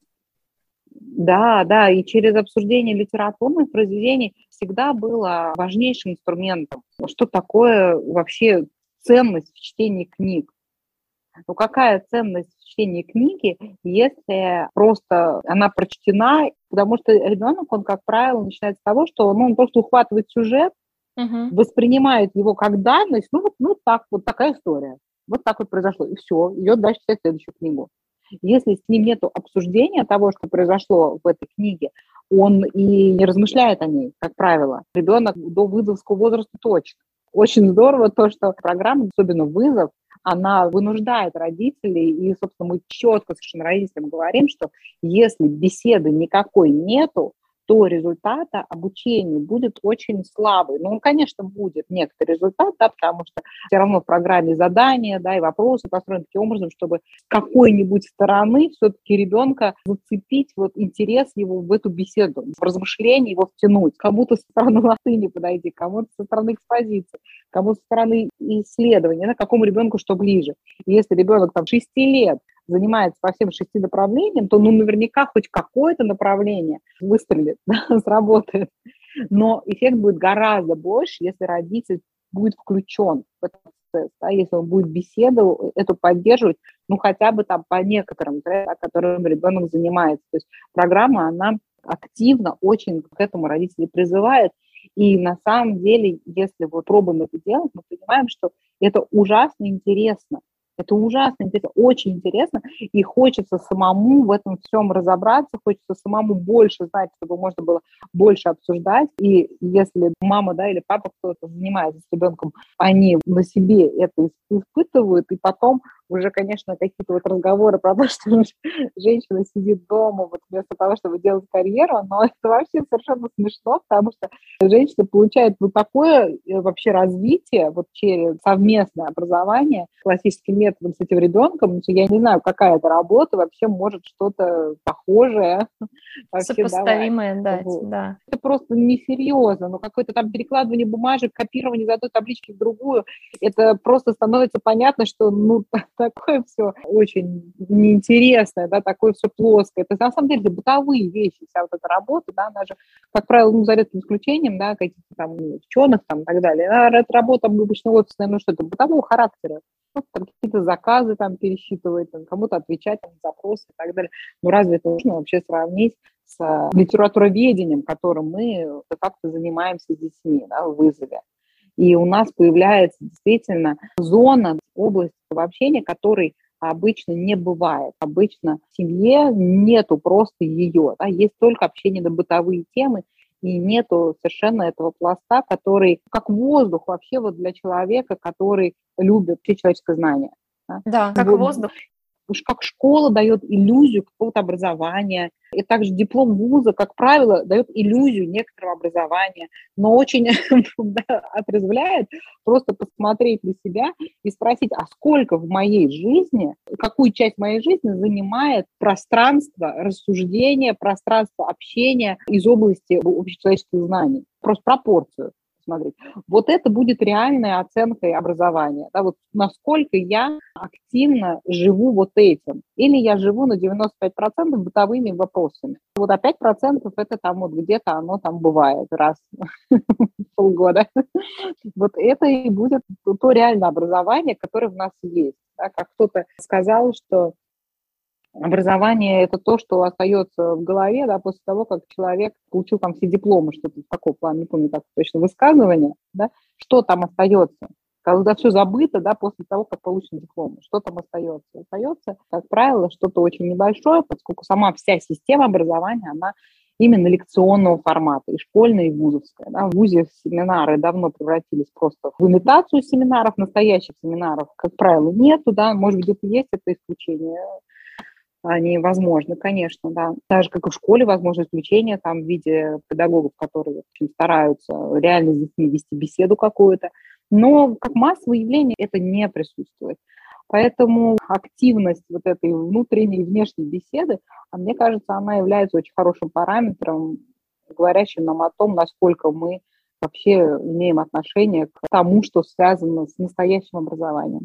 Да, и через обсуждение литературных произведений всегда было важнейшим инструментом. Что такое вообще ценность в чтении книг? Какая ценность в чтении книги, если просто она прочтена? Потому что ребенок, он, как правило, начинает с того, что он просто ухватывает сюжет, воспринимает его как данность, так, вот такая история. Вот так вот произошло, и все, идет дальше читать следующую книгу. Если с ним нет обсуждения того, что произошло в этой книге, он и не размышляет о ней, как правило. Ребенок до вызовского возраста точно. Очень здорово то, что программа, особенно «Вызов», она вынуждает родителей, и, собственно, мы четко совершенно родителям говорим, что если беседы никакой нету, то результата обучения будет очень слабый. Он, конечно, будет некоторый результат, да, потому что все равно в программе задания, да, и вопросы построены таким образом, чтобы с какой-нибудь стороны все-таки ребенка зацепить интерес его в эту беседу, в размышление его втянуть. Кому-то со стороны латыни подойти, кому-то со стороны экспозиции, кому-то со стороны исследования, да, какому ребенку что ближе. И если ребенок 6 лет занимается по всем 6 направлениям, то наверняка хоть какое-то направление выстрелит, да, сработает. Но эффект будет гораздо больше, если родитель будет включен в этот процесс, да, если он будет беседу эту поддерживать, ну, хотя бы там по некоторым, да, которым ребенок занимается. То есть программа, она активно очень к этому родители призывает. И на самом деле, если вот пробуем это делать, мы понимаем, что это ужасно интересно. Это ужасно интересно, очень интересно, и хочется самому в этом всем разобраться, хочется самому больше знать, чтобы можно было больше обсуждать. И если мама, да, или папа, кто-то занимается с ребенком, они на себе это испытывают, и потом уже, конечно, какие-то вот разговоры про то, что женщина сидит дома вот вместо того, чтобы делать карьеру, но это вообще совершенно смешно, потому что женщина получает вот такое вообще развитие вот через совместное образование классическим методом с этим ребенком, что я не знаю, какая это работа вообще может что-то похожее вообще давать. Сопоставимое дать, Вот. да. Это просто несерьезно, но какое-то там перекладывание бумажек, копирование из одной таблички в другую, это просто становится понятно, что ну такое все очень неинтересное, да, такое все плоское. Это на самом деле бытовые вещи, вся вот эта работа, да, она же, как правило, ну, за редким исключением, да, каких-то там ученых там и так далее. Это работа обычно офисная, ну что-то бытового характера. Ну, там какие-то заказы там пересчитывать, там, кому-то отвечать на запросы и так далее. Ну, разве это можно вообще сравнить с литературоведением, которым мы де-факто занимаемся с детьми, да, в вызове? И у нас появляется действительно зона, область общения, которой обычно не бывает. Обычно в семье нету просто ее, да, есть только общение на бытовые темы, и нету совершенно этого пласта, который как воздух вообще вот для человека, который любит вообще человеческое знание. Да. Да, как воздух. Уж как школа дает иллюзию какого-то образования, и также диплом вуза, как правило, дает иллюзию некоторого образования, но очень отрезвляет просто посмотреть на себя и спросить, а сколько в моей жизни, какую часть моей жизни занимает пространство рассуждения, пространство общения из области общечеловеческих знаний, просто пропорцию смотреть. Вот это будет реальной оценкой образования. Да, вот насколько я активно живу вот этим. Или я живу на 95% бытовыми вопросами. Вот а 5% это там вот где-то оно там бывает раз в полгода. Вот это и будет то реальное образование, которое в нас есть. Да, как кто-то сказал, что образование – это то, что остается в голове, да, после того, как человек получил там все дипломы, что-то такого плана, не помню так точно высказывание, да, что там остается. Когда все забыто, да, после того, как получен диплом, что там остается? Остается, как правило, что-то очень небольшое, поскольку сама вся система образования, она именно лекционного формата, и школьная, и вузовская. Да. В вузе семинары давно превратились просто в имитацию семинаров, настоящих семинаров, как правило, нету, да, может быть, где-то есть это исключение, они возможны, конечно, да. Так же, как и в школе, возможно исключение там в виде педагогов, которые очень стараются реально с детьми вести беседу какую-то. Но как массовое явление это не присутствует. Поэтому активность вот этой внутренней и внешней беседы, мне кажется, она является очень хорошим параметром, говорящим нам о том, насколько мы вообще имеем отношение к тому, что связано с настоящим образованием.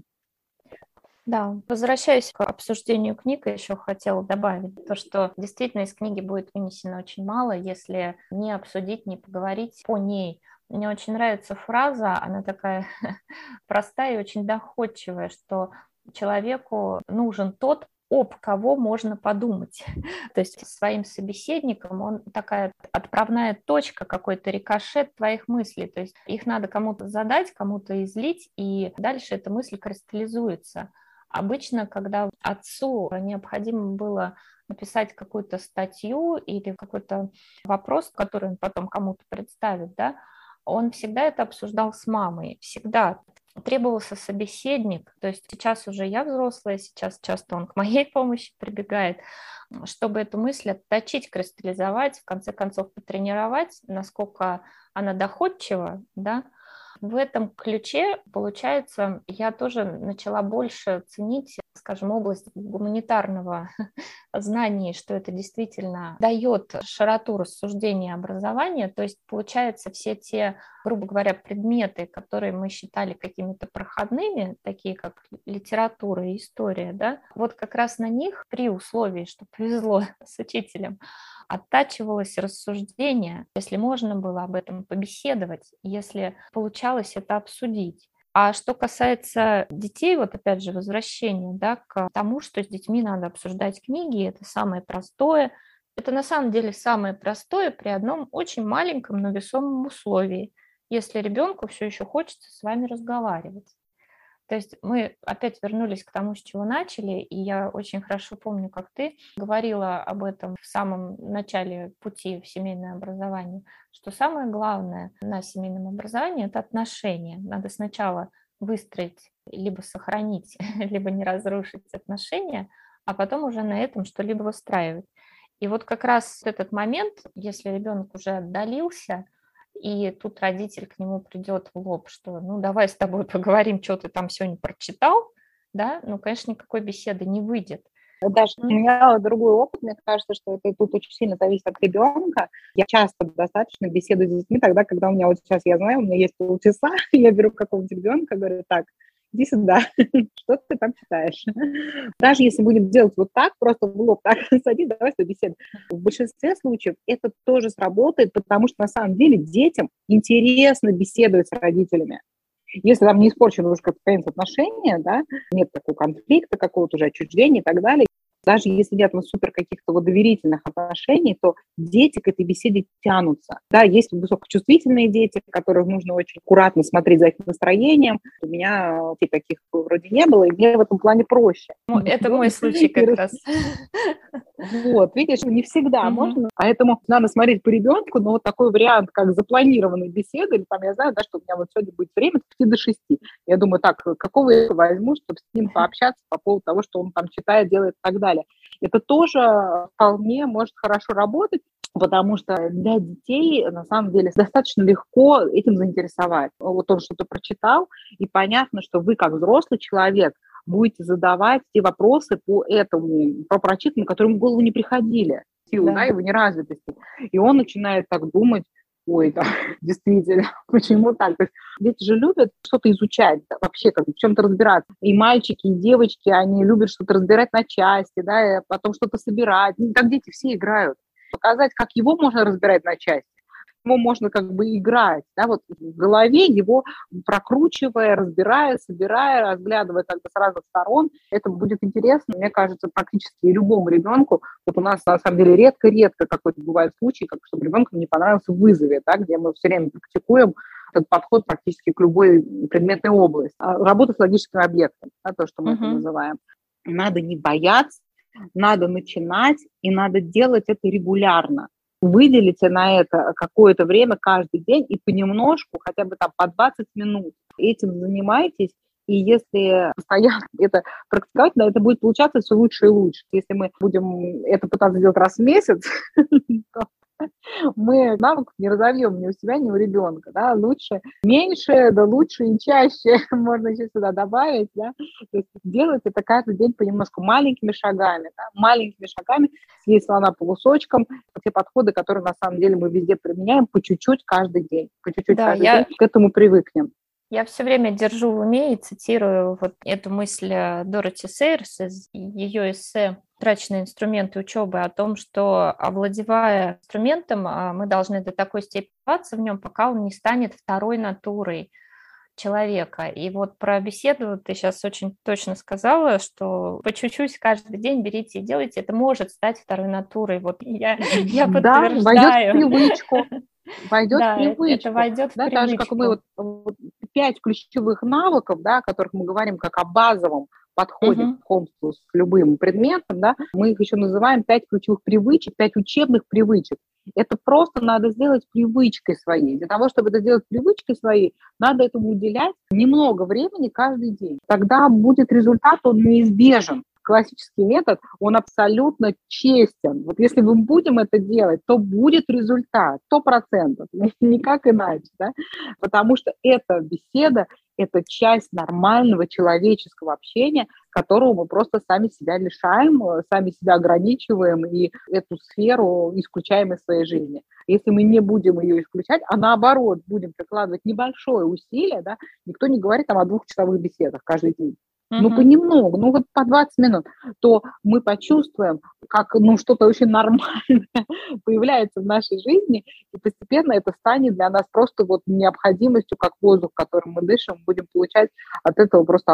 Да, возвращаясь к обсуждению книг, я еще хотела добавить то, что действительно из книги будет вынесено очень мало, если не обсудить, не поговорить по ней. Мне очень нравится фраза, она такая простая и очень доходчивая, что человеку нужен тот, об кого можно подумать. То есть своим собеседником он такая отправная точка, какой-то рикошет твоих мыслей. То есть их надо кому-то задать, кому-то излить, и дальше эта мысль кристаллизуется. Обычно, когда отцу необходимо было написать какую-то статью или какой-то вопрос, который он потом кому-то представит, да, он всегда это обсуждал с мамой, всегда требовался собеседник, то есть сейчас уже я взрослая, сейчас часто он к моей помощи прибегает, чтобы эту мысль отточить, кристаллизовать, в конце концов потренировать, насколько она доходчива, да. В этом ключе, получается, я тоже начала больше ценить, скажем, область гуманитарного знания, что это действительно дает широту рассуждения образования. То есть, получается, все те, грубо говоря, предметы, которые мы считали какими-то проходными, такие как литература и история, да, вот как раз на них, при условии, что повезло с учителем, оттачивалось рассуждение, если можно было об этом побеседовать, если получалось это обсудить. А что касается детей, вот опять же возвращение, да, к тому, что с детьми надо обсуждать книги, это самое простое. Это на самом деле самое простое при одном очень маленьком, но весомом условии, если ребенку все еще хочется с вами разговаривать. То есть мы опять вернулись к тому, с чего начали, и я очень хорошо помню, как ты говорила об этом в самом начале пути в семейное образование, что самое главное на семейном образовании – это отношения. Надо сначала выстроить, либо сохранить, либо не разрушить отношения, а потом уже на этом что-либо выстраивать. И вот как раз этот момент, если ребенок уже отдалился, и тут родитель к нему придет в лоб, что ну давай с тобой поговорим, что ты там сегодня прочитал, да, ну, конечно, никакой беседы не выйдет. Даже у меня другой опыт, мне кажется, что это тут очень сильно зависит от ребенка. Я часто достаточно беседую с детьми тогда, когда у меня вот сейчас, я знаю, у меня есть полчаса, я беру какого-нибудь ребенка, говорю, так, иди сюда, что ты там читаешь? Даже если будем делать вот так, просто в лоб, так, садись, давай с тобой беседуем. В большинстве случаев это тоже сработает, потому что на самом деле детям интересно беседовать с родителями. Если там не испорчены уже конец отношения, да, нет такого конфликта, какого-то уже отчуждения и так далее, даже если нет супер каких-то вот доверительных отношений, то дети к этой беседе тянутся. Да, есть высокочувствительные дети, которых нужно очень аккуратно смотреть за их настроением. У меня таких вроде не было, и мне в этом плане проще. Это мой случай как раз. Вот, видишь, не всегда можно, поэтому надо смотреть по ребенку, но вот такой вариант, как запланированной беседы, или там, я знаю, да, что у меня вот сегодня будет время с 5 до 6. Я думаю, так, какого я возьму, чтобы с ним пообщаться по поводу того, что он там читает, делает и так далее. Это тоже вполне может хорошо работать, потому что для детей, на самом деле, достаточно легко этим заинтересовать. Вот он что-то прочитал, и понятно, что вы, как взрослый человек, будете задавать те вопросы по этому, по прочитанному, которые ему в голову не приходили, силу, да, его неразвитости. И он начинает так думать, ой, да, действительно, почему так? То есть дети же любят что-то изучать, да, вообще как в чем-то разбираться. И мальчики, и девочки, они любят что-то разбирать на части, да, и потом что-то собирать. Ну, так дети все играют. Показать, как его можно разбирать на части. Его можно как бы играть, да, вот в голове его прокручивая, разбирая, собирая, разглядывая как бы с разных сторон. Это будет интересно, мне кажется, практически любому ребенку. Вот у нас, на самом деле, редко-редко какой-то бывает случай, как чтобы ребенку не понравился в вызове, да, где мы все время практикуем этот подход практически к любой предметной области. Работа с логическим объектом, да, то, что мы это называем. Надо не бояться, надо начинать, и надо делать это регулярно. Выделите на это какое-то время каждый день и понемножку, хотя бы там по 20 минут этим занимайтесь. И если постоянно это практиковать, это будет получаться все лучше и лучше. Если мы будем это пытаться делать раз в месяц, то мы навыков не разовьем ни у себя, ни у ребенка. Да? Лучше меньше, да лучше и чаще можно еще сюда добавить. Да? То есть делать это каждый день понемножку, маленькими шагами. Да? Маленькими шагами съесть слона полусочком. Те подходы, которые на самом деле мы везде применяем, по чуть-чуть каждый день. По чуть-чуть каждый день к этому привыкнем. Я все время держу в уме и цитирую вот эту мысль Дороти Сейерс из ее эссе «Трачные инструменты учебы» о том, что, овладевая инструментом, мы должны до такой степени в нем, пока он не станет второй натурой человека. И вот про беседу ты сейчас очень точно сказала, что по чуть-чуть каждый день берите и делайте. Это может стать второй натурой. Вот я подтверждаю. Да, войдет в привычку. Войдет в привычку. Это войдет в привычку. Так же, как мы вот 5 ключевых навыков, да, о которых мы говорим как о базовом подходе к знакомству с любым предметом, да, мы их еще называем 5 ключевых привычек, 5 учебных привычек. Это просто надо сделать привычкой своей. Для того, чтобы это сделать привычкой своей, надо этому уделять немного времени каждый день. Тогда будет результат, он неизбежен. Классический метод, он абсолютно честен. Вот если мы будем это делать, то будет результат 100%, никак иначе, да? Потому что эта беседа, это часть нормального человеческого общения, которого мы просто сами себя лишаем, сами себя ограничиваем и эту сферу исключаем из своей жизни. Если мы не будем ее исключать, а наоборот будем прикладывать небольшое усилие, да, никто не говорит там о 2-часовых беседах каждый день. ну, понемногу, ну, вот по 20 минут, то мы почувствуем, как, ну, что-то очень нормальное появляется в нашей жизни, и постепенно это станет для нас просто вот необходимостью, как воздух, которым мы дышим, будем получать от этого просто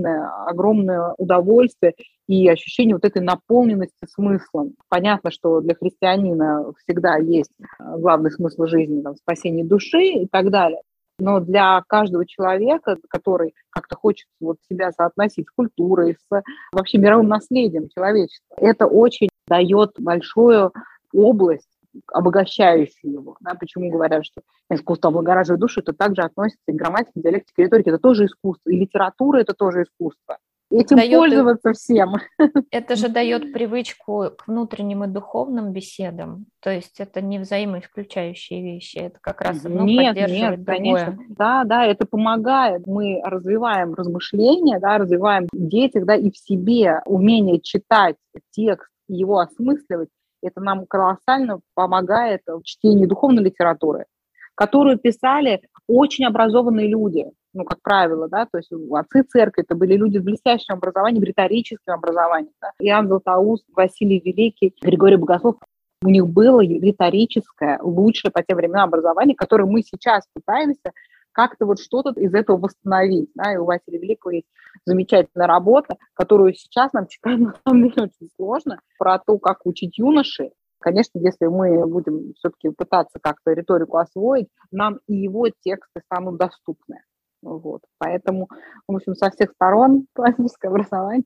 огромное удовольствие и ощущение вот этой наполненности смыслом. Понятно, что для христианина всегда есть главный смысл жизни, там, спасение души и так далее. Но для каждого человека, который как-то хочет вот себя соотносить с культурой, с вообще мировым наследием человечества, это очень дает большую область, обогащающую его. Да, почему говорят, что искусство облагораживает душу, это также относится и к грамматике, и диалектике, и риторике, это тоже искусство, и литература это тоже искусство. Этим пользоваться всем. Это же дает привычку к внутренним и духовным беседам. То есть это не взаимоисключающие вещи. Это как раз одно поддерживает другое. Конечно. Да, это помогает. Мы развиваем размышления, да, развиваем в детях, да, и в себе умение читать текст, его осмысливать. Это нам колоссально помогает в чтении духовной литературы, которую писали очень образованные люди. Ну, как правило, да, то есть отцы церкви это были люди с блестящим образованием, риторическим образованием. Да. Иоанн Златоуст, Василий Великий, Григорий Богослов. У них было риторическое, лучшее по тем временам образование, которое мы сейчас пытаемся как-то вот что-то из этого восстановить. Да. И у Василия Великого есть замечательная работа, которую сейчас нам читать на самом деле очень сложно, про то, как учить юношей. Конечно, если мы будем все-таки пытаться как-то риторику освоить, нам и его тексты станут доступны. Вот. Поэтому, в общем, со всех сторон классическое образование,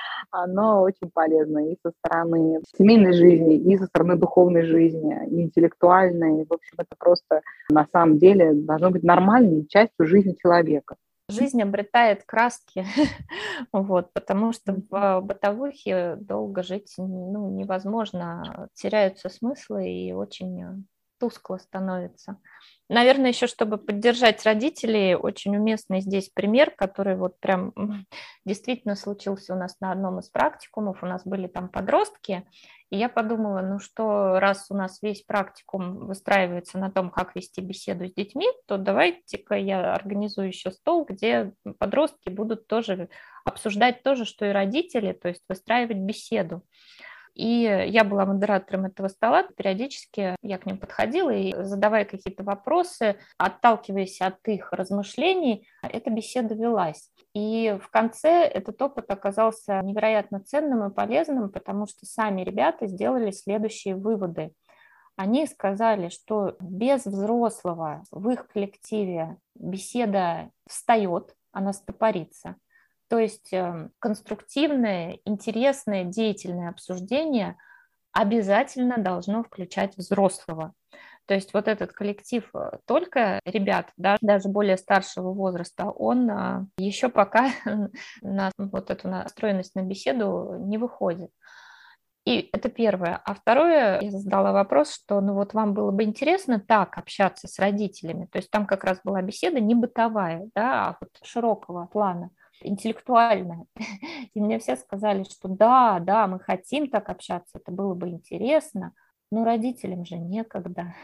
оно очень полезно и со стороны семейной жизни, и со стороны духовной жизни, и интеллектуальной. В общем, это просто на самом деле должно быть нормальной частью жизни человека. Жизнь обретает краски, вот, потому что в бытовухе долго жить невозможно, теряются смыслы и очень тускло становится. Наверное, еще чтобы поддержать родителей, очень уместный здесь пример, который вот прям действительно случился у нас на одном из практикумов. У нас были там подростки, и я подумала, ну что, раз у нас весь практикум выстраивается на том, как вести беседу с детьми, то давайте-ка я организую еще стол, где подростки будут тоже обсуждать то же, что и родители, то есть выстраивать беседу. И я была модератором этого стола, периодически я к ним подходила и, задавая какие-то вопросы, отталкиваясь от их размышлений, эта беседа велась. И в конце этот опыт оказался невероятно ценным и полезным, потому что сами ребята сделали следующие выводы. Они сказали, что без взрослого в их коллективе беседа встает, она стопорится. То есть конструктивное, интересное, деятельное обсуждение обязательно должно включать взрослого. То есть вот этот коллектив только ребят, да, даже более старшего возраста, он еще пока на вот эту настроенность на беседу не выходит. И это первое. А второе, я задала вопрос, что ну вот вам было бы интересно так общаться с родителями. То есть там как раз была беседа не бытовая, да, а вот широкого плана, интеллектуальная. И мне все сказали, что да, мы хотим так общаться, это было бы интересно, но родителям же некогда.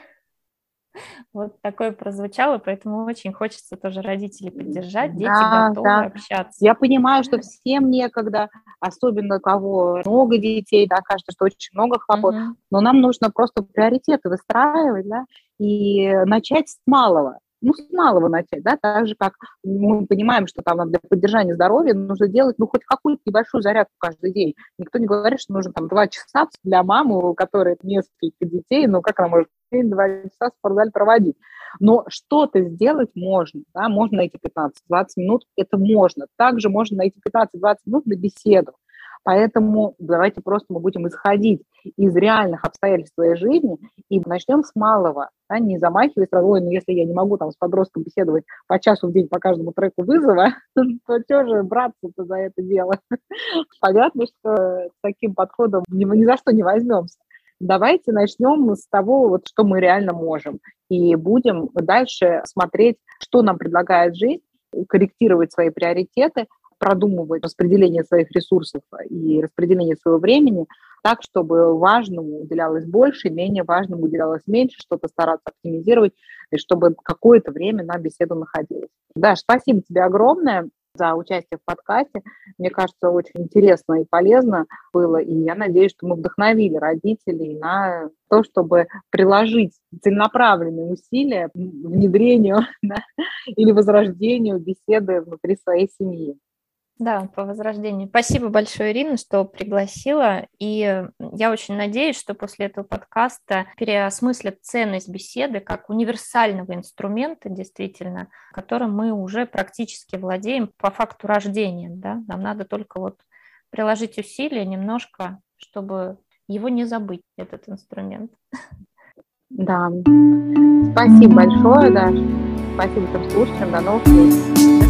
Вот такое прозвучало, поэтому очень хочется тоже родителей поддержать, дети готовы общаться. Я понимаю, что всем некогда, особенно у кого много детей, да, кажется, что очень много хлопот, но нам нужно просто приоритеты выстраивать, да, и начать с малого. Ну, с малого начать, да, так же, как мы понимаем, что там для поддержания здоровья нужно делать, ну, хоть какую-то небольшую зарядку каждый день. Никто не говорит, что нужно там 2 часа для мамы, у которой несколько детей, ну, как она может 2 часа в спортзале проводить. Но что-то сделать можно, да, можно найти 15-20 минут, это можно. Также можно найти 15-20 минут на беседу. Поэтому давайте просто мы будем исходить из реальных обстоятельств своей жизни и начнем с малого, да, не замахиваясь сразу, ой, ну если я не могу там с подростком беседовать по часу в день по каждому треку вызова, то что же браться-то за это дело? Понятно, что с таким подходом ни за что не возьмемся. Давайте начнем с того, вот, что мы реально можем, и будем дальше смотреть, что нам предлагает жизнь, корректировать свои приоритеты, продумывать распределение своих ресурсов и распределение своего времени так, чтобы важному уделялось больше, менее важному уделялось меньше, что-то стараться оптимизировать, и чтобы какое-то время на беседу находилось. Даш, спасибо тебе огромное. за участие в подкасте. Мне кажется, очень интересно и полезно было, и я надеюсь, что мы вдохновили родителей на то, чтобы приложить целенаправленные усилия к внедрению, да, или возрождению беседы внутри своей семьи. Да, по возрождению. Спасибо большое, Ирина, что пригласила. И я очень надеюсь, что после этого подкаста переосмыслят ценность беседы как универсального инструмента, действительно, которым мы уже практически владеем по факту рождения. Да? Нам надо только вот приложить усилия немножко, чтобы его не забыть, этот инструмент. Да. Спасибо большое, Даша. Спасибо всем слушателям. До новых встреч.